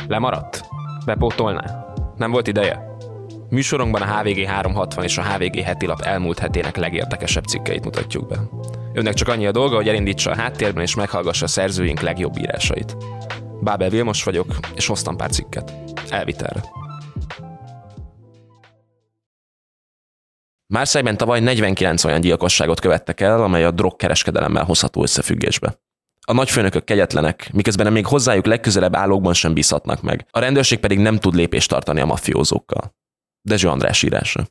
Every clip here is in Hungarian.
Lemaradt? Bepótolná? Nem volt ideje? Műsorunkban a HVG 360 és a HVG heti lap elmúlt hetének legérdekesebb cikkeit mutatjuk be. Önnek csak annyi a dolga, hogy elindítsa a háttérben és meghallgassa a szerzőink legjobb írásait. Bábel Vilmos vagyok, és hoztam pár cikket. Elvitelre. Marseille-ben tavaly 49 olyan gyilkosságot követtek el, amely a drogkereskedelemmel hozható összefüggésbe. A nagyfőnökök kegyetlenek, miközben még hozzájuk legközelebb állókban sem bízhatnak meg. A rendőrség pedig nem tud lépést tartani a maffiózókkal. Dezső András írása.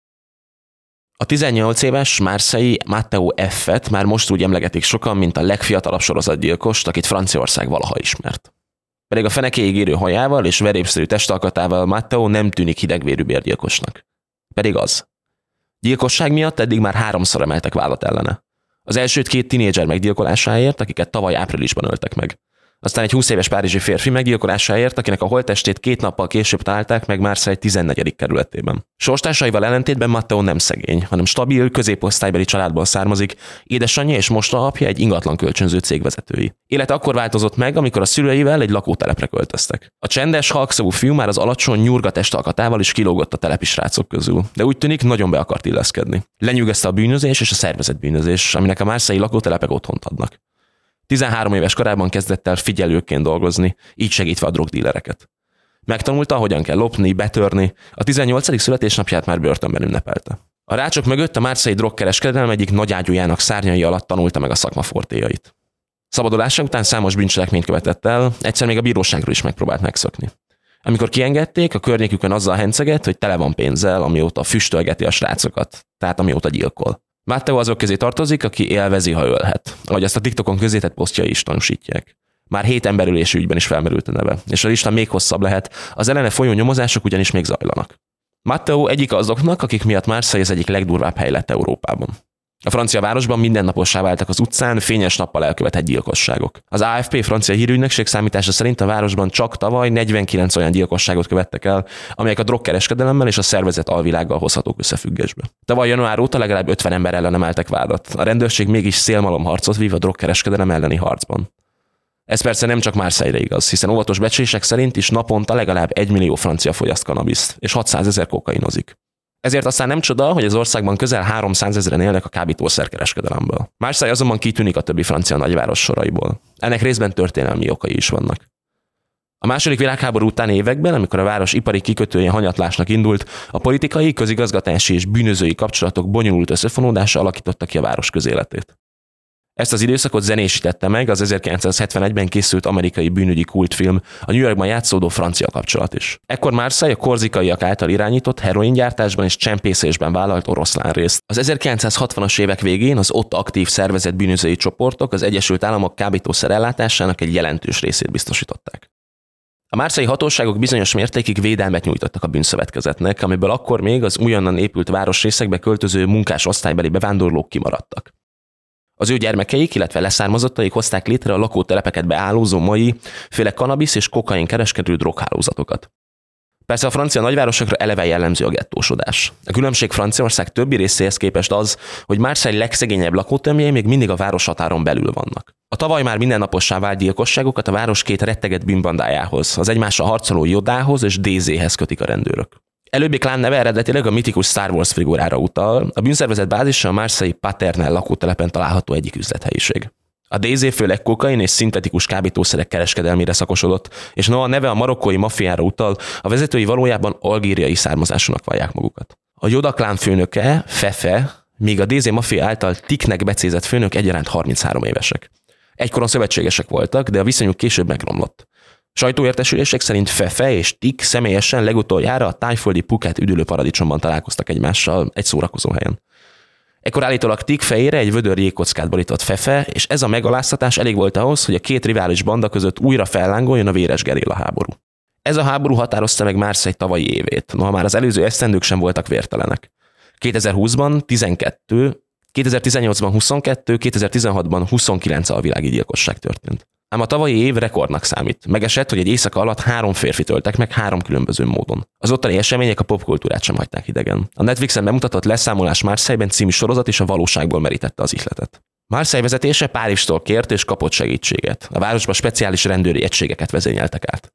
A 18 éves Marseille Matteo F-et már most úgy emlegetik sokan, mint a legfiatalabb sorozatgyilkost, akit Franciaország valaha ismert. Pedig a fenekéig érő hajával és verépszerű testalkatával Matteo nem tűnik hidegvérű bérgyilkosnak. Pedig az. Gyilkosság miatt eddig már 3-szor emeltek vádat ellene. Az elsőt 2 tinédzser meggyilkolásáért, akiket tavaly áprilisban öltek meg. Aztán egy 20 éves párizsi férfi meggyilkolásáért, akinek a holttestét 2 nappal később találták meg Marseille 14. kerületében. Sorstársaival ellentétben Matteo nem szegény, hanem stabil, középosztálybeli családból származik, édesanyja és mostohaapja egy ingatlan kölcsönző cég vezetői. Élete akkor változott meg, amikor a szüleivel egy lakótelepre költöztek. A csendes, halkszavú fiú már az alacsony, nyurga testalkatával is kilógott a telepi srácok közül, de úgy tűnik, nagyon be akart illeszkedni. Lenyűgözte a bűnözés és a szervezett bűnözés, aminek a marseille-i lakótelepek otthont adnak. 13 éves korában kezdett el figyelőként dolgozni, így segítve a drogdílereket. Megtanulta, hogyan kell lopni, betörni, a 18. születésnapját már börtönben ünnepelte. A rácsok mögött a marseille-i drogkereskedelem egyik nagyágyújának szárnyai alatt tanulta meg a szakma fortéjait. Szabadulása után számos bűncselekményt követett el, egyszer még a bíróságról is megpróbált megszökni. Amikor kiengedték, a környékükön azzal henceget, hogy tele van pénzzel, amióta füstölgeti a srácokat, tehát amióta gyilkol. Matteo azok közé tartozik, aki élvezi, ha ölhet, ahogy azt a TikTokon közzétett posztjai is tanúsítják. Már 7 emberölési ügyben is felmerült a neve, és a lista még hosszabb lehet, az ellene folyó nyomozások ugyanis még zajlanak. Matteo egyik azoknak, akik miatt Marseille az egyik legdurvább hely lett Európában. A francia városban mindennapossá váltak az utcán fényes nappal elkövetett gyilkosságok. Az AFP francia hírügynökség számítása szerint a városban csak tavaly 49 olyan gyilkosságot követtek el, amelyek a drogkereskedelemmel és a szervezett alvilággal hozhatók összefüggésbe. Tavaly január óta legalább 50 ember ellen emeltek vádat. A rendőrség mégis szélmalomharcot vív a drogkereskedelem elleni harcban. Ez persze nem csak Marseille-re igaz, hiszen óvatos becslések szerint is naponta legalább 1 millió francia fogyaszt kanabiszt, és 600 000 kokainozik. Ezért aztán nem csoda, hogy az országban közel 300 000-en élnek a kábítószerkereskedelemből. Marseille azonban kitűnik a többi francia nagyváros soraiból. Ennek részben történelmi okai is vannak. A II. Világháború utáni években, amikor a város ipari kikötője hanyatlásnak indult, a politikai, közigazgatási és bűnözői kapcsolatok bonyolult összefonódása alakította ki a város közéletét. Ezt az időszakot zenésítette meg az 1971-ben készült amerikai bűnügyi kultfilm, a New Yorkban játszódó francia kapcsolat is. Ekkor Marseille a korzikaiak által irányított heroingyártásban és csempészésben vállalt oroszlán részt. Az 1960-as évek végén az ott aktív szervezett bűnözői csoportok az Egyesült Államok kábítószer ellátásának egy jelentős részét biztosították. A marseille-i hatóságok bizonyos mértékig védelmet nyújtottak a bűnszövetkezetnek, amiből akkor még az újonnan épült városrészekbe költöző munkás osztálybeli bevándorlók kimaradtak. Az ő gyermekeik, illetve leszármazottaik hozták létre a lakótelepeket beállózó mai, féle kanabisz és kokain kereskedő droghálózatokat. Persze a francia nagyvárosokra eleve jellemző a gettósodás. A különbség Franciaország többi részéhez képest az, hogy Marseille legszegényebb lakótömjei még mindig a városhatáron belül vannak. A tavaly már mindennapossá vált gyilkosságokat a város 2 rettegett bűnbandájához, az egymással harcoló Yodához és DZ-hez kötik a rendőrök. Előbbi klán neve eredetileg a mitikus Star Wars figurára utal, a bűnszervezet bázisa a marseille-i Paternel lakótelepen található egyik üzlethelyiség. A DZ főleg kokain és szintetikus kábítószerek kereskedelmére szakosodott, és noha a neve a marokkói maffiára utal, a vezetői valójában algériai származásúnak vallják magukat. A Yoda klán főnöke, Fefe, míg a DZ maffia által Tiknek becézett főnök egyaránt 33 évesek. Egykoron szövetségesek voltak, de a viszonyuk később megromlott. Sajtóértesülések szerint Fefe és Tik személyesen legutoljára a tájföldi Phuket üdülő paradicsomban találkoztak egymással egy szórakozó helyen. Ekkor állítólag Tik fejére egy vödör jégkockát borított Fefe, és ez a megaláztatás elég volt ahhoz, hogy a 2 rivális banda között újra fellángoljon a véres gerilla háború. Ez a háború határozta meg Marseille tavalyi évét, noha már az előző esztendők sem voltak vértelenek. 2020-ban 12, 2018-ban 22, 2016-ban 29 alvilági gyilkosság történt. Ám a tavalyi év rekordnak számít. Megesett, hogy egy éjszaka alatt 3 férfit öltek meg 3 különböző módon. Az ottani események a popkultúrát sem hagyták hidegen. A Netflixen bemutatott Leszámolás Marseille-ben című sorozat is a valóságból merítette az ihletet. Marseille vezetése Párizstól kért és kapott segítséget. A városba speciális rendőri egységeket vezényeltek át.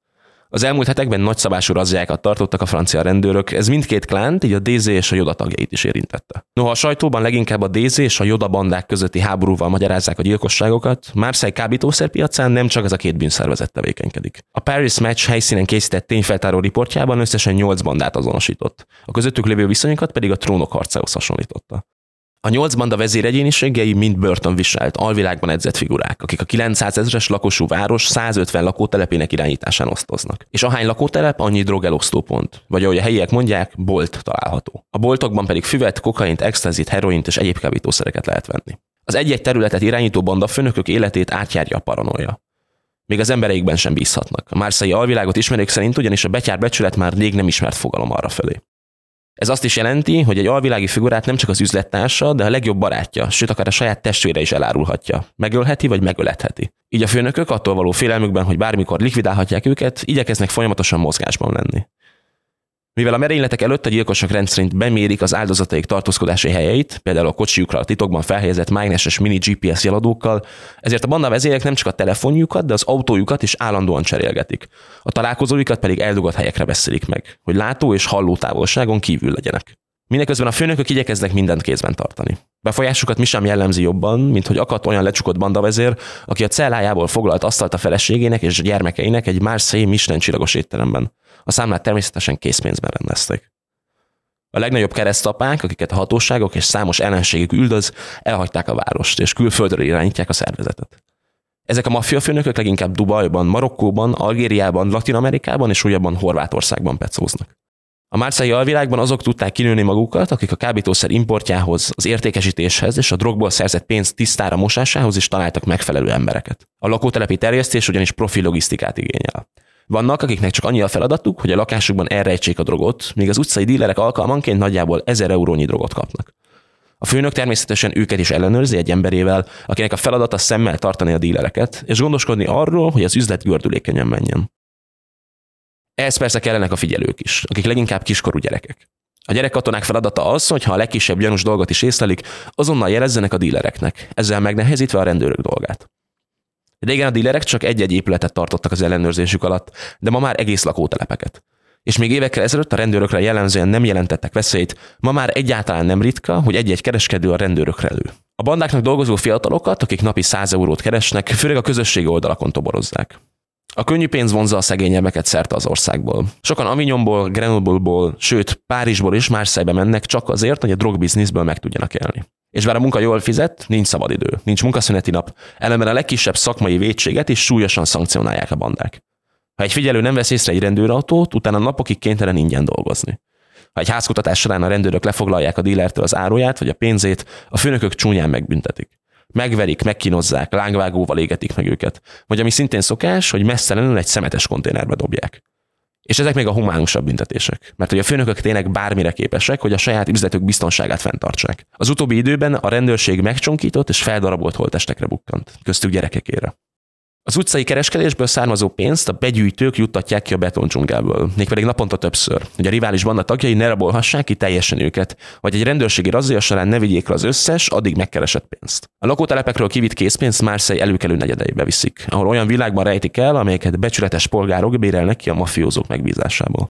Az elmúlt hetekben nagyszabású razziákat tartottak a francia rendőrök, ez mindkét klánt, így a DZ és a Joda tagjait is érintette. Noha a sajtóban leginkább a DZ és a Joda bandák közötti háborúval magyarázzák a gyilkosságokat, Marseille kábítószerpiacán nem csak ez a két bűnszervezet tevékenykedik. A Paris Match helyszínen készített tényfeltáró riportjában összesen 8 bandát azonosított, a közöttük lévő viszonyokat pedig a Trónok harcához hasonlította. A 8 banda vezéregyéniségei mind börtön viselt, alvilágban edzett figurák, akik a 900 000-es lakosú város 150 lakótelepének irányításán osztoznak. És ahány lakótelep, annyi drogelosztópont, vagy ahogy a helyiek mondják, bolt található. A boltokban pedig füvet, kokaint, extazit, heroint és egyéb kábítószereket lehet venni. Az egy-egy területet irányító bandafőnökök életét átjárja a paranoia. Még az embereikben sem bízhatnak. A marseille alvilágot ismerők szerint ugyanis a betyár-becsület már rég nem ismert fogalom arrafelé. Ez azt is jelenti, hogy egy alvilági figurát nem csak az üzlettársa, de a legjobb barátja, sőt akár a saját testvére is elárulhatja. Megölheti vagy megöletheti. Így a főnökök attól való félelmükben, hogy bármikor likvidálhatják őket, igyekeznek folyamatosan mozgásban lenni. Mivel a merényletek előtt a gyilkosok rendszerint bemérik az áldozataik tartózkodási helyeit, például a kocsijukra a titokban felhelyezett mágneses mini GPS jeladókkal, ezért a banda vezérek nem csak a telefonjukat, de az autójukat is állandóan cserélgetik. A találkozóikat pedig eldugott helyekre beszélik meg, hogy látó és halló távolságon kívül legyenek. Mindeközben a főnökök igyekeznek mindent kézben tartani. Befolyásukat mi sem jellemzi jobban, mint hogy akadt olyan lecsukott bandavezér, aki a cellájából foglalt asztalt a feleségének és a gyermekeinek egy Marseille Michelin csillagos étteremben. A számlát természetesen készpénzben rendezték. A legnagyobb keresztapák, akiket a hatóságok és számos ellenségük üldöz, elhagyták a várost, és külföldre irányítják a szervezetet. Ezek a maffiafőnökök leginkább Dubajban, Marokkóban, Algériában, Latin-Amerikában és újabban Horvátországban pecóznak. A marseille alvilágban azok tudták kinőni magukat, akik a kábítószer importjához, az értékesítéshez és a drogból szerzett pénz tisztára mosásához is találtak megfelelő embereket. A lakótelepi terjesztés ugyanis profi logisztikát igényel. Vannak, akiknek csak annyi a feladatuk, hogy a lakásukban elrejtsék a drogot, míg az utcai dílerek alkalmanként nagyjából 1000 eurónyi drogot kapnak. A főnök természetesen őket is ellenőrzi egy emberével, akinek a feladata szemmel tartani a dílereket, és gondoskodni arról, hogy az üzlet gördülékenyen menjen. Ehhez persze kellenek a figyelők is, akik leginkább kiskorú gyerekek. A gyerekkatonák feladata az, hogy ha a legkisebb gyanús dolgot is észlelik, azonnal jelezzenek a dílereknek, ezzel megnehezítve a rendőrök dolgát. Régen a dílerek csak egy-egy épületet tartottak az ellenőrzésük alatt, de ma már egész lakótelepeket. És még évekkel ezelőtt a rendőrökre jellemzően nem jelentettek veszélyt, ma már egyáltalán nem ritka, hogy egy-egy kereskedő a rendőrökre lő. A bandáknak dolgozó fiatalokat, akik napi 100 eurót keresnek, főleg a közösségi oldalakon toborozzák. A könnyű pénz vonzza a szegényebbeket szerte az országból. Sokan Avignonból, Grenobleból, sőt Párizsból is Marseille-be mennek csak azért, hogy a drogbizniszből meg tudjanak élni. És bár a munka jól fizet, nincs szabadidő, nincs munkaszüneti nap, ellenben a legkisebb szakmai vétséget is súlyosan szankcionálják a bandák. Ha egy figyelő nem vesz észre egy rendőrautót, utána napokig kénytelen ingyen dolgozni. Ha egy házkutatás során a rendőrök lefoglalják a dílertől az áruját vagy a pénzét, a főnökök csúnyán megbüntetik. Megverik, megkínozzák, lángvágóval égetik meg őket, vagy ami szintén szokás, hogy messzelenül egy szemetes konténerbe dobják. És ezek még a humánusabb büntetések, mert hogy a főnökök tényleg bármire képesek, hogy a saját üzletük biztonságát fenntartsák. Az utóbbi időben a rendőrség megcsonkított és feldarabolt holttestekre bukkant, köztük gyerekekére. Az utcai kereskedésből származó pénzt a begyűjtők juttatják ki a betondzsungelből, mégpedig naponta többször, hogy a rivális banda tagjai ne rabolhassák ki teljesen őket, vagy egy rendőrségi razzia során ne vigyék le az összes, addig megkeresett pénzt. A lakótelepekről kivitt készpénzt Marseille előkelő negyedeibe viszik, ahol olyan világban rejtik el, amelyeket becsületes polgárok bérelnek ki a mafiózók megbízásából.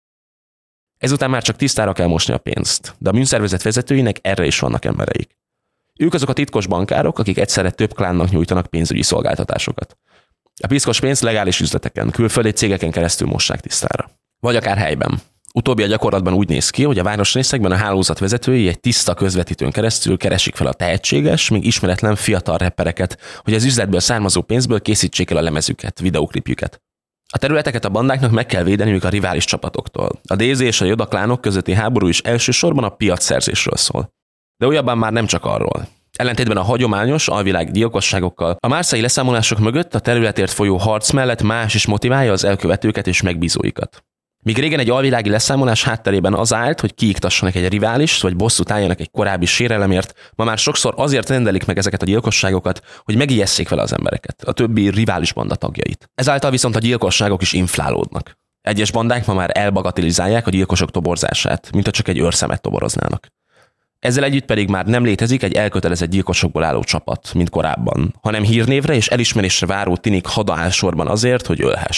Ezután már csak tisztára kell mosni a pénzt, de a bűnszervezet vezetőinek erre is vannak embereik. Ők azok a titkos bankárok, akik egyszerre több klánnak nyújtanak pénzügyi szolgáltatásokat. A piszkos pénzt legális üzleteken, külföldi cégeken keresztül mossák tisztára. Vagy akár helyben. Utóbbi a gyakorlatban úgy néz ki, hogy a városrészekben a hálózat vezetői egy tiszta közvetítőn keresztül keresik fel a tehetséges, még ismeretlen fiatal rappereket, hogy az üzletből származó pénzből készítsék el a lemezüket, videóklipjüket. A területeket a bandáknak meg kell védeniük a rivális csapatoktól. A DZ és a Joda klánok közötti háború is elsősorban a piacszerzésről szól. De újabban már nem csak arról. Ellentétben a hagyományos alvilági gyilkosságokkal, a marseille leszámolások mögött a területért folyó harc mellett más is motiválja az elkövetőket és megbízóikat. Míg régen egy alvilági leszámolás hátterében az állt, hogy kiiktassanak egy riválist, vagy bosszút álljanak egy korábbi sérelemért, ma már sokszor azért rendelik meg ezeket a gyilkosságokat, hogy megijesszék vele az embereket, a többi rivális banda tagjait. Ezáltal viszont a gyilkosságok is inflálódnak. Egyes bandák ma már elbagatelizálják a gyilkosok toborzását, mint ha csak egy őrszemet toboroznának. Ezzel együtt pedig már nem létezik egy elkötelezett gyilkosokból álló csapat, mint korábban, hanem hírnévre és elismerésre váró tinik hada áll sorban azért, hogy ölhessem.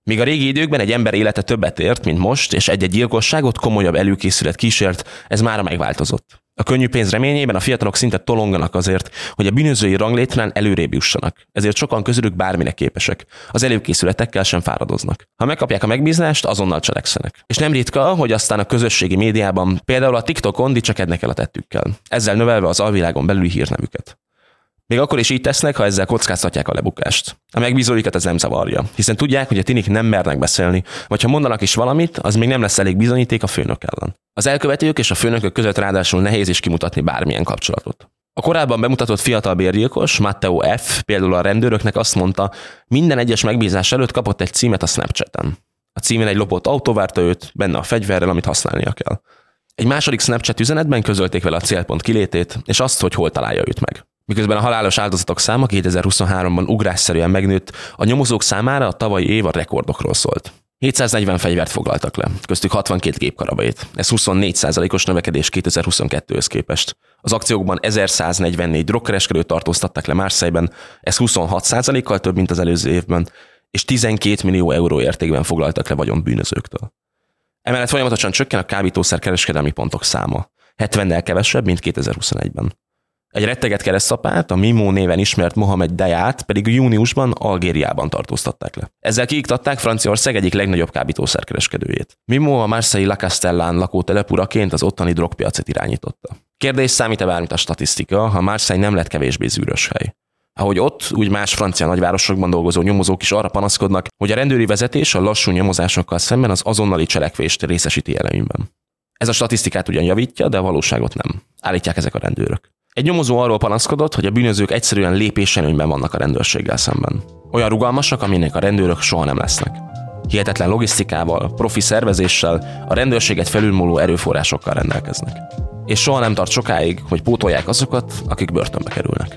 Míg a régi időkben egy ember élete többet ért, mint most, és egy-egy gyilkosságot komolyabb előkészület kísért, ez mára megváltozott. A könnyű pénz reményében a fiatalok szinte tolonganak azért, hogy a bűnözői ranglétrán előrébb jussanak. Ezért sokan közülük bármire képesek. Az előkészületekkel sem fáradoznak. Ha megkapják a megbízást, azonnal cselekszenek. És nem ritka, hogy aztán a közösségi médiában, például a TikTokon dicsekednek el a tettükkel, ezzel növelve az alvilágon belüli hírnevüket. Még akkor is így tesznek, ha ezzel kockáztatják a lebukást. A megbízóikat ez nem zavarja, hiszen tudják, hogy a tinik nem mernek beszélni, vagy ha mondanak is valamit, az még nem lesz elég bizonyíték a főnök ellen. Az elkövetők és a főnökök között ráadásul nehéz is kimutatni bármilyen kapcsolatot. A korábban bemutatott fiatal bérgyilkos, Matteo F. például a rendőröknek azt mondta, minden egyes megbízás előtt kapott egy címet a Snapchaten. A címen egy lopott autó várta őt, benne a fegyverrel, amit használnia kell. Egy második Snapchat üzenetben közölték vele a célpont kilétét, és azt, hogy hol találja őt meg. Miközben a halálos áldozatok száma 2023-ban ugrásszerűen megnőtt, a nyomozók számára a tavalyi év a rekordokról szólt. 740 fegyvert foglaltak le, köztük 62 gépkarabét. Ez 24%-os növekedés 2022-höz képest. Az akciókban 1144 drogkereskedőt tartóztattak le Marseille-ben, ez 26%-kal több, mint az előző évben, és 12 millió euró értékben foglaltak le vagyonbűnözőktől. Emellett folyamatosan csökken a kábítószer kereskedelmi pontok száma, 70-nel kevesebb, mint 2021-ben. Egy retteget keresztapát, a Mimo néven ismert Mohamed Dayát pedig júniusban Algériában tartóztatták le. Ezzel kiiktatták Franciaország egyik legnagyobb kábítószerkereskedőjét. Mimo a Marseille La Castellane lakótelep uraként az ottani drogpiacot irányította. Kérdés, számít-e bármit a statisztika, ha Marseille nem lett kevésbé zűrös hely. Ahogy ott, úgy más francia nagyvárosokban dolgozó nyomozók is arra panaszkodnak, hogy a rendőri vezetés a lassú nyomozásokkal szemben az azonnali cselekvést részesíti előnyben. Ez a statisztikát ugyan javítja, de a valóságot nem, állítják ezek a rendőrök. Egy nyomozó arról panaszkodott, hogy a bűnözők egyszerűen lépéselőnyben vannak a rendőrséggel szemben. Olyan rugalmasak, aminek a rendőrök soha nem lesznek. Hihetetlen logisztikával, profi szervezéssel, a rendőrséget felülmúló erőforrásokkal rendelkeznek. És soha nem tart sokáig, hogy pótolják azokat, akik börtönbe kerülnek.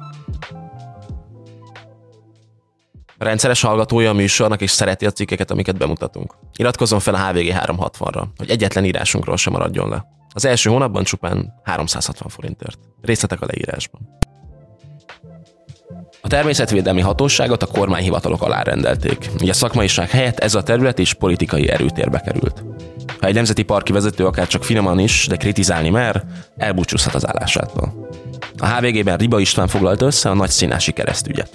Rendszeres hallgatója a műsornak és szereti a cikkeket, amiket bemutatunk. Iratkozzon fel a HVG 360-ra, hogy egyetlen írásunkról sem maradjon le. Az első hónapban csupán 360 forintért. Részletek a leírásban. A természetvédelmi hatóságot a kormányhivatalok alá rendelték, így a szakmaiság helyett ez a terület is politikai erőtérbe került. Ha egy nemzeti parki vezető akár csak finoman is, de kritizálni mer, elbúcsúzhat az állásától. A HVG-ben Riba István foglalta össze a nagyszínási keresztügyet.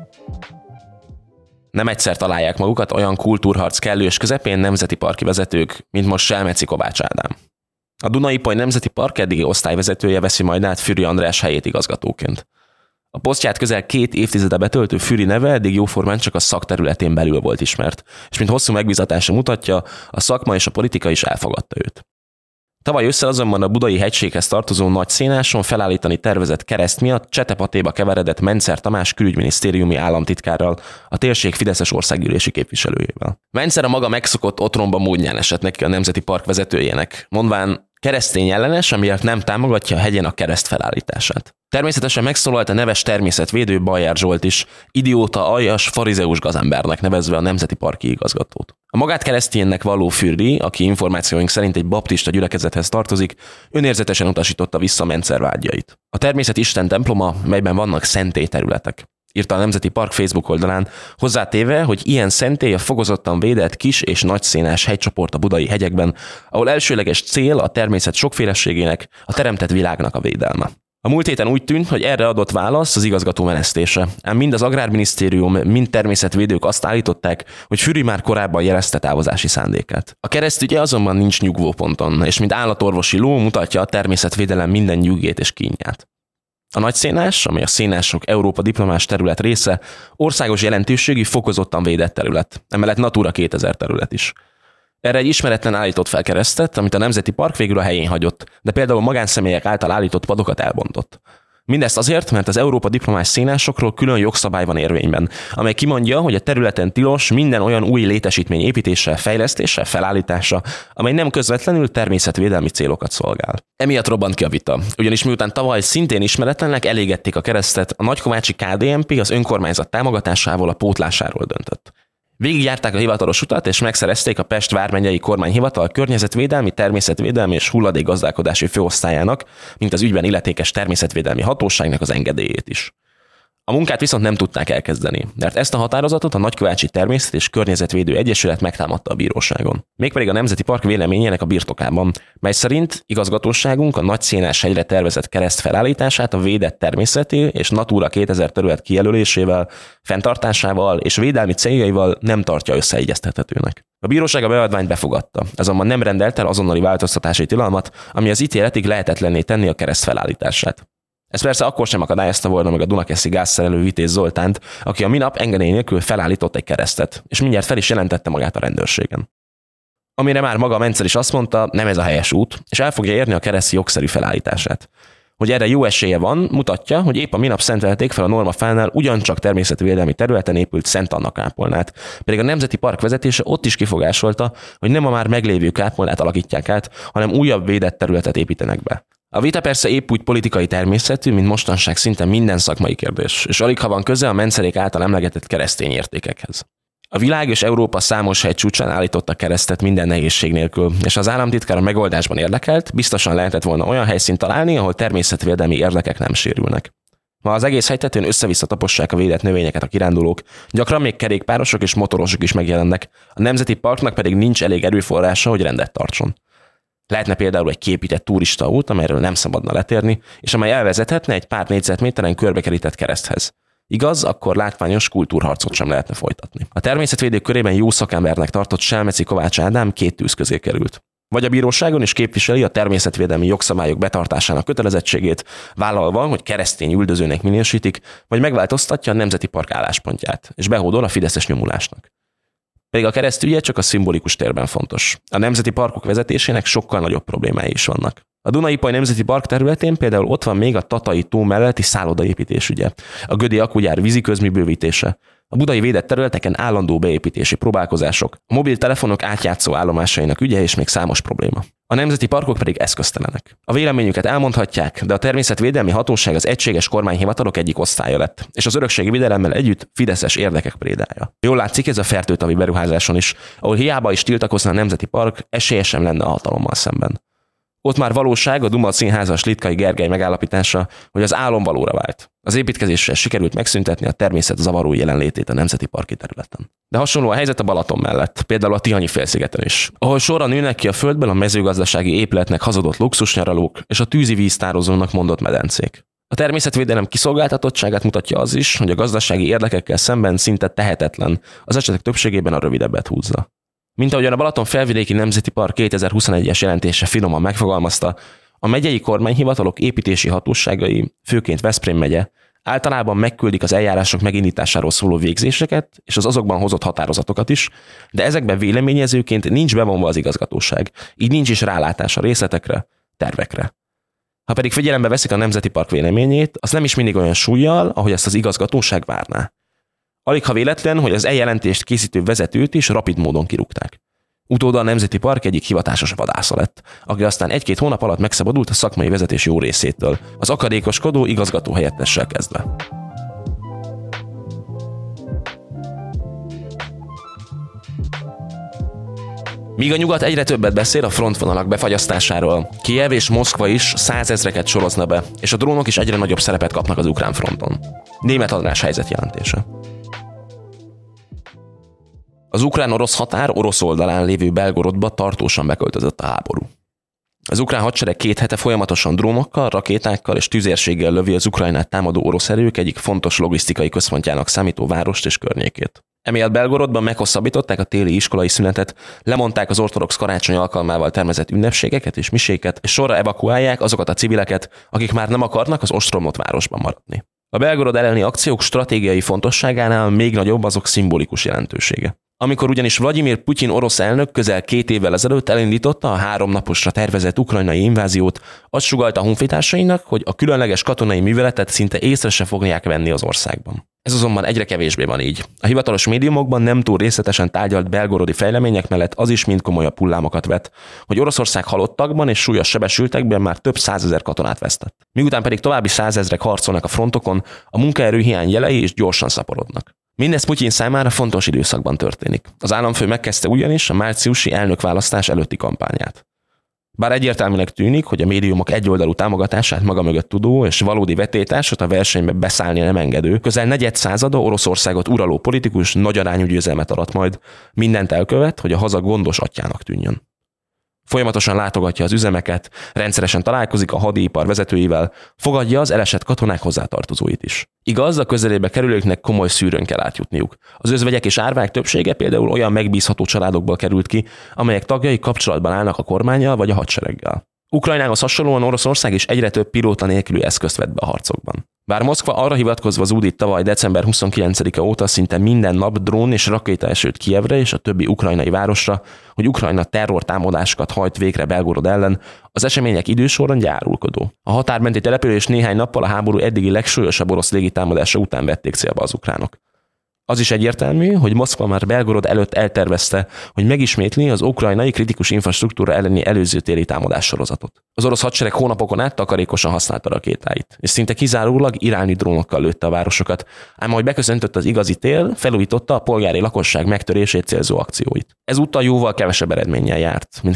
Nem egyszer találják magukat olyan kultúrharc kellős közepén nemzeti parki vezetők, mint most Selmeci Kovács Ádám. A Duna-Ipoly Nemzeti Park eddigi osztályvezetője veszi majd át Füri András helyét igazgatóként. A posztját közel 2 évtizede betöltő Füri neve eddig jóformán csak a szakterületén belül volt ismert, és mint hosszú megbízatása mutatja, a szakma és a politika is elfogadta őt. Tavaly ősszel azonban a Budai hegységhez tartozó Nagyszénáson felállítani tervezett kereszt miatt csetepatéba keveredett Mencer Tamás külügyminisztériumi államtitkárral, a térség fideszes országgyűlési képviselőjével. Mencer a maga megszokott otromba módján esett neki a Nemzeti Park vezetőjének, mondván keresztény ellenes, amiért nem támogatja a hegyen a kereszt felállítását. Természetesen megszólalt a neves természetvédő Bajer Zsolt is, idióta, aljas, farizeus gazembernek nevezve a Nemzeti Parki igazgatót. A magát kereszténynek valló Fürdi, aki információink szerint egy baptista gyülekezethez tartozik, önérzetesen utasította vissza Mencer vágyait. A természet Isten temploma, melyben vannak szentély területek, írta a Nemzeti Park Facebook oldalán, hozzátéve, hogy ilyen szentély a fokozottan védett kis és nagyszénás hegycsoport a budai hegyekben, ahol elsőleges cél a természet sokféleségének, a teremtett világnak a védelme. A múlt héten úgy tűnt, hogy erre adott válasz az igazgató menesztése, ám mind az Agrárminisztérium, mind természetvédők azt állították, hogy Füri már korábban jelezte távozási szándékát. A keresztügye azonban nincs nyugvóponton, és mint állatorvosi ló mutatja a természetvédelem minden nyugét és kínját. A Nagyszénás, amely a szénások Európa diplomás terület része, országos jelentőségű fokozottan védett terület, emellett Natura 2000 terület is. Erre egy ismeretlen állított fel keresztet, amit a Nemzeti Park végül a helyén hagyott, de például magánszemélyek által állított padokat elbontott. Mindezt azért, mert az Európa diplomás szénásokról külön jogszabály van érvényben, amely kimondja, hogy a területen tilos minden olyan új létesítmény építése, fejlesztése, felállítása, amely nem közvetlenül természetvédelmi célokat szolgál. Emiatt robbant ki a vita, ugyanis miután tavaly szintén ismeretlennek elégették a keresztet, a nagykovácsi KDNP az önkormányzat támogatásával a pótlásáról döntött. Végigjárták a hivatalos utat, és megszerezték a Pest vármegyei kormányhivatal környezetvédelmi, természetvédelmi és hulladékgazdálkodási főosztályának, mint az ügyben illetékes természetvédelmi hatóságnak az engedélyét is. A munkát viszont nem tudták elkezdeni, mert ezt a határozatot a Nagykovácsi Természet- és Környezetvédő Egyesület megtámadta a bíróságon. Mégpedig a Nemzeti Park véleményének a birtokában, mely szerint igazgatóságunk a Nagyszénás-hegyre tervezett kereszt felállítását a védett természeti és Natura 2000 terület kijelölésével, fenntartásával és védelmi céljaival nem tartja összeegyeztethetőnek. A bíróság a beadványt befogadta, azonban nem rendelt el azonnali változtatási tilalmat, ami az ítéletig lehetetlenné tenni a kereszt felállítását. Ez persze akkor sem akadályozta volna meg a Dunakeszi gázszerelő Vitéz Zoltánt, aki a minap engedély nélkül felállított egy keresztet, és mindjárt fel is jelentette magát a rendőrségen. Amire már maga a Menzel is azt mondta, nem ez a helyes út, és el fogja érni a kereszt jogszerű felállítását. Hogy erre jó esélye van, mutatja, hogy épp a minap szentelték fel a Normafánál ugyancsak természetvédelmi területen épült Szent Anna kápolnát, pedig a Nemzeti Park vezetése ott is kifogásolta, hogy nem a már meglévő kápolnát alakítják át, hanem újabb védett területet építenek be. A vita persze épp úgy politikai természetű, mint mostanság szinte minden szakmai kérdés, és alig ha van köze a Mencelék által emlegetett keresztény értékekhez. A világ és Európa számos hegy csúcsán állította keresztet minden nehézség nélkül, és az államtitkár a megoldásban érdekelt, biztosan lehetett volna olyan helyszínt találni, ahol természetvédelmi érdekek nem sérülnek. Ma az egész hegytetőn össze-vissza tapossák a védett növényeket a kirándulók, gyakran még kerékpárosok és motorosok is megjelennek, a Nemzeti Parknak pedig nincs elég erőforrása, hogy rendet tartson. Lehetne például egy kiépített turistaút, amelyről nem szabadna letérni, és amely elvezethetne egy pár négyzetméteren körbekerített kereszthez. Igaz, akkor látványos kultúrharcot sem lehetne folytatni. A természetvédők körében jó szakembernek tartott Selmeci Kovács Ádám két tűz közé került. Vagy a bíróságon is képviseli a természetvédelmi jogszabályok betartásának kötelezettségét, vállalva, hogy keresztény üldözőnek minősítik, vagy megváltoztatja a Nemzeti Park álláspontját, és behódol a fideszes nyomulásnak. Pedig a keresztügye csak a szimbolikus térben fontos. A nemzeti parkok vezetésének sokkal nagyobb problémái is vannak. A Duna-Ipoly Nemzeti Park területén például ott van még a Tatai tó melletti szállodaépítés ügye, a Gödi Akugyár víziközmű bővítése, a budai védett területeken állandó beépítési próbálkozások, a mobiltelefonok átjátszó állomásainak ügye és még számos probléma. A nemzeti parkok pedig eszköztelenek. A véleményüket elmondhatják, de a Természetvédelmi Hatóság az egységes kormányhivatalok egyik osztálya lett, és az örökségi védelemmel együtt fideszes érdekek prédája. Jól látszik ez a fertőtavi beruházáson is, ahol hiába is tiltakozna a nemzeti park, esélye sem lenne a hatalommal szemben. Ott már valóság a Duma színházas Litkai Gergely megállapítása, hogy az álom valóra vált. Az építkezéssel sikerült megszüntetni a természet zavaró jelenlétét a nemzeti parki területen. De hasonló a helyzet a Balaton mellett, például a Tihanyi-félszigeten is, ahol sorra nőnek ki a földből a mezőgazdasági épületnek hazudott luxusnyaralók és a tűzi víztározónak mondott medencék. A természetvédelem kiszolgáltatottságát mutatja az is, hogy a gazdasági érdekekkel szemben szinte tehetetlen, az esetek többségében a rövidebbet húzza. Mint ahogyan a Balaton Felvidéki Nemzeti Park 2021-es jelentése finoman megfogalmazta, a megyei kormányhivatalok építési hatóságai, főként Veszprém megye, általában megküldik az eljárások megindításáról szóló végzéseket és az azokban hozott határozatokat is, de ezekben véleményezőként nincs bevonva az igazgatóság, így nincs is rálátás a részletekre, tervekre. Ha pedig figyelembe veszik a Nemzeti Park véleményét, az nem is mindig olyan súllyal, ahogy ezt az igazgatóság várná. Alig ha véletlen, hogy az e-jelentést készítő vezetőt is rapid módon kirúgták. Utóda a Nemzeti Park egyik hivatásos vadásza lett, aki aztán 1-2 hónap alatt megszabadult a szakmai vezetés jó részétől, az akadékoskodó igazgató helyettessel kezdve. Míg a nyugat egyre többet beszél a frontvonalak befagyasztásáról, Kijev és Moszkva is 100 000-eket sorozna be, és a drónok is egyre nagyobb szerepet kapnak az ukrán fronton. Németh András helyzetjelentése. Az ukrán-orosz határ orosz oldalán lévő Belgorodba tartósan beköltözött a háború. Az ukrán hadsereg 2 hete folyamatosan drónokkal, rakétákkal és tüzérséggel lövi az Ukrajnát támadó orosz erők egyik fontos logisztikai központjának számító várost és környékét. Emiatt Belgorodban meghosszabbították a téli iskolai szünetet, lemondták az ortodox karácsony alkalmával tervezett ünnepségeket és miséket, és sorra evakuálják azokat a civileket, akik már nem akarnak az ostromlott városban maradni. A Belgorod elleni akciók stratégiai fontosságánál még nagyobb azok szimbolikus jelentősége. Amikor ugyanis Vladimir Putyin orosz elnök közel 2 évvel ezelőtt elindította a 3 naposra tervezett ukrajnai inváziót, azt sugallta honfitársainak, hogy a különleges katonai műveletet szinte észre se fogják venni az országban. Ez azonban egyre kevésbé van így. A hivatalos médiumokban nem túl részletesen tárgyalt belgorodi fejlemények mellett az is mind komolyabb hullámokat vet, hogy Oroszország halottakban és súlyos sebesültekben már több 100 000 katonát vesztett. Miután pedig további 100 000-ek harcolnak a frontokon, a munkaerőhiány jelei is gyorsan szaporodnak. Mindez Putyin számára fontos időszakban történik. Az államfő megkezdte ugyanis a márciusi elnökválasztás előtti kampányát. Bár egyértelműnek tűnik, hogy a médiumok egyoldalú támogatását maga mögött tudó és valódi vetétársat a versenybe beszállni nem engedő, közel negyed százada Oroszországot uraló politikus nagyarányú győzelmet arat majd, mindent elkövet, hogy a haza gondos atyának tűnjön. Folyamatosan látogatja az üzemeket, rendszeresen találkozik a hadipar vezetőivel, fogadja az elesett katonák hozzátartozóit is. Igaz, a közelébe kerülőknek komoly szűrőn kell átjutniuk. Az özvegyek és árvák többsége például olyan megbízható családokból került ki, amelyek tagjai kapcsolatban állnak a kormánnyal vagy a hadsereggel. Ukrajnához hasonlóan Oroszország is egyre több pilóta nélküli eszközt vett be a harcokban. Bár Moszkva arra hivatkozva zúdít tavaly december 29-e óta szinte minden nap drón és rakétaesőt Kijevre és a többi ukrajnai városra, hogy Ukrajna terrortámadásokat hajt végre Belgorod ellen, az események idősoron gyárulkodó. A határmenti település néhány nappal a háború eddigi legsúlyosabb orosz légitámadása után vették célba az ukránok. Az is egyértelmű, hogy Moszkva már Belgorod előtt eltervezte, hogy megismétli az ukrajnai kritikus infrastruktúra elleni előző téli támadás sorozatot. Az orosz hadsereg hónapokon át takarékosan használta rakétáit, és szinte kizárólag iráni drónokkal lőtte a városokat, ám ahogy beköszöntött az igazi tél, felújította a polgári lakosság megtörését célzó akcióit. Ezúttal jóval kevesebb eredménnyel járt, mint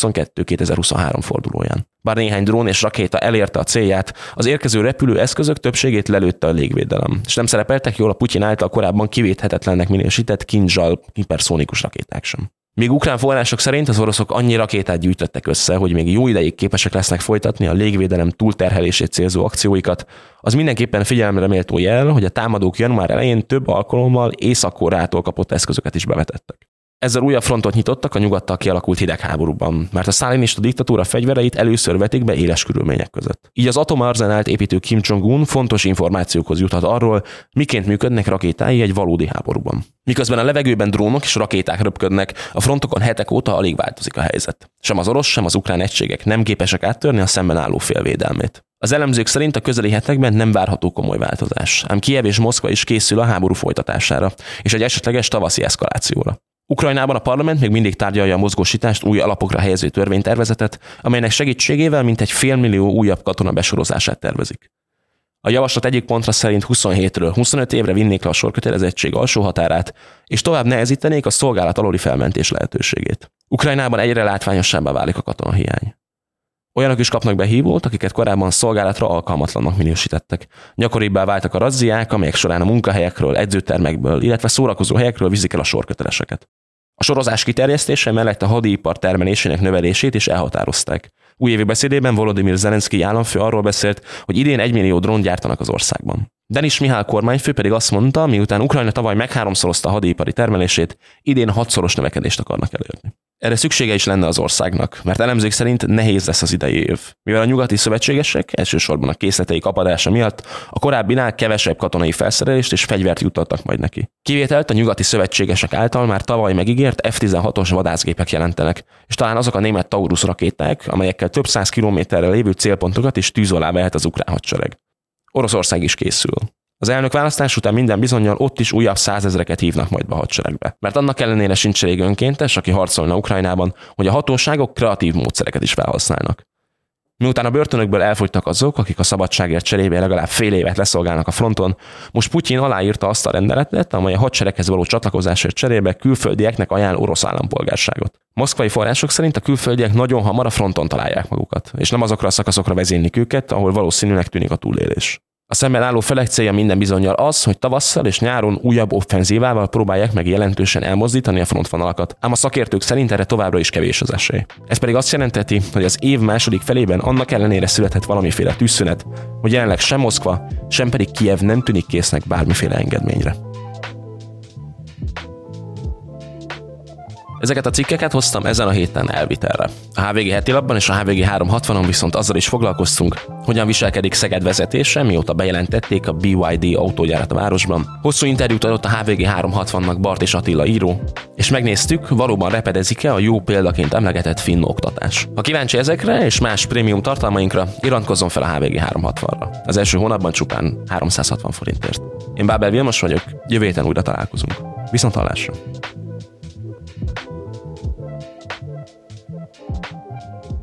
2022-2023 fordulóján. Bár néhány drón és rakéta elérte a célját, az érkező repülőeszközök többségét lelőtte a légvédelem, és nem szerepeltek jól a Putyin által korábban kivéthetetlennek minősített Kinzsal hiperszónikus rakéták sem. Míg ukrán források szerint az oroszok annyi rakétát gyűjtöttek össze, hogy még jó ideig képesek lesznek folytatni a légvédelem túlterhelését célzó akcióikat, az mindenképpen figyelemre méltó jel, hogy a támadók január elején több alkalommal Észak-Koreától kapott eszközöket is bevetettek. Ezzel újabb frontot nyitottak a nyugattal kialakult hidegháborúban, mert a sztálinista diktatúra fegyvereit először vetik be éles körülmények között. Így az atomarzenált építő Kim Jong-un fontos információkhoz juthat arról, miként működnek rakétái egy valódi háborúban. Miközben a levegőben drónok és rakéták röpködnek, a frontokon hetek óta alig változik a helyzet. Sem az orosz, sem az ukrán egységek nem képesek áttörni a szemben álló fél védelmét. Az elemzők szerint a közeli hetekben nem várható komoly változás, ám Kijev és Moszkva is készül a háború folytatására és egy esetleges tavaszi eszkalációra. Ukrajnában a parlament még mindig tárgyalja a mozgósítást új alapokra helyező törvénytervezetet, amelynek segítségével mintegy 500 000 újabb katona besorozását tervezik. A javaslat egyik pontra szerint 27-ről 25 évre vinnék le a sorkötelezettség alsó határát, és tovább nehezítenék a szolgálat alóli felmentés lehetőségét. Ukrajnában egyre látványosabbá válik a katonahiány. Olyanok is kapnak behívót, akiket korábban szolgálatra alkalmatlannak minősítettek. Gyakoribbá váltak a razziák, amelyek során a munkahelyekről, edzőtermekből, illetve szórakozó helyekről viszik el a sorköteleseket. A sorozás kiterjesztése mellett a hadipar termelésének növelését is elhatározták. Újévi beszédében Volodymyr Zelenszkij államfő arról beszélt, hogy idén 1 millió drón gyártanak az országban. Denis Mihál kormányfő pedig azt mondta, miután Ukrajna tavaly megháromszorozta a hadipari termelését, idén 6-szoros növekedést akarnak elérni. Erre szüksége is lenne az országnak, mert elemzők szerint nehéz lesz az idei év, mivel a nyugati szövetségesek, elsősorban a készleteik apadása miatt a korábbinál kevesebb katonai felszerelést és fegyvert juttattak majd neki. Kivételt a nyugati szövetségesek által már tavaly megígért F-16-os vadászgépek jelentenek, és talán azok a német Taurus rakéták, amelyekkel több 100 kilométerre lévő célpontokat is tűz alá vehet az ukrán hadsereg. Oroszország is készül. Az elnök választás után minden bizonnyal ott is újabb 100 000-eket hívnak majd be a hadseregbe. Mert annak ellenére sincs elég önkéntes, aki harcolna Ukrajnában, hogy a hatóságok kreatív módszereket is felhasználnak. Miután a börtönökből elfogytak azok, akik a szabadságért cserébe legalább fél évet leszolgálnak a fronton, most Putyin aláírta azt a rendeletet, amely a hadsereghez való csatlakozásért cserébe külföldieknek ajánl orosz állampolgárságot. Moszkvai források szerint a külföldiek nagyon hamar a fronton találják magukat, és nem azokra a szakaszokra vezénylik őket, ahol valószínűnek tűnik a túlélés. A szemben álló felek célja minden bizonnyal az, hogy tavasszal és nyáron újabb offenzívával próbálják meg jelentősen elmozdítani a frontvonalakat, ám a szakértők szerint erre továbbra is kevés az esély. Ez pedig azt jelenteti, hogy az év második felében annak ellenére születhet valamiféle tűzszünet, hogy jelenleg sem Moszkva, sem pedig Kijev nem tűnik késznek bármiféle engedményre. Ezeket a cikkeket hoztam ezen a héten elvitelre. A HVG heti lapban és a HVG 360-on viszont azzal is foglalkoztunk, hogyan viselkedik Szeged vezetése, mióta bejelentették a BYD autógyárat a városban. Hosszú interjút adott a HVG 360-nak Bart és Attila író, és megnéztük, valóban repedezik-e a jó példaként emlegetett finn oktatás. Ha kíváncsi ezekre és más prémium tartalmainkra, iratkozzon fel a HVG 360-ra. Az első hónapban csupán 360 forintért. Én Bábel Vilmos vagyok, jövő héten újra találkozunk. Viszonthallásra!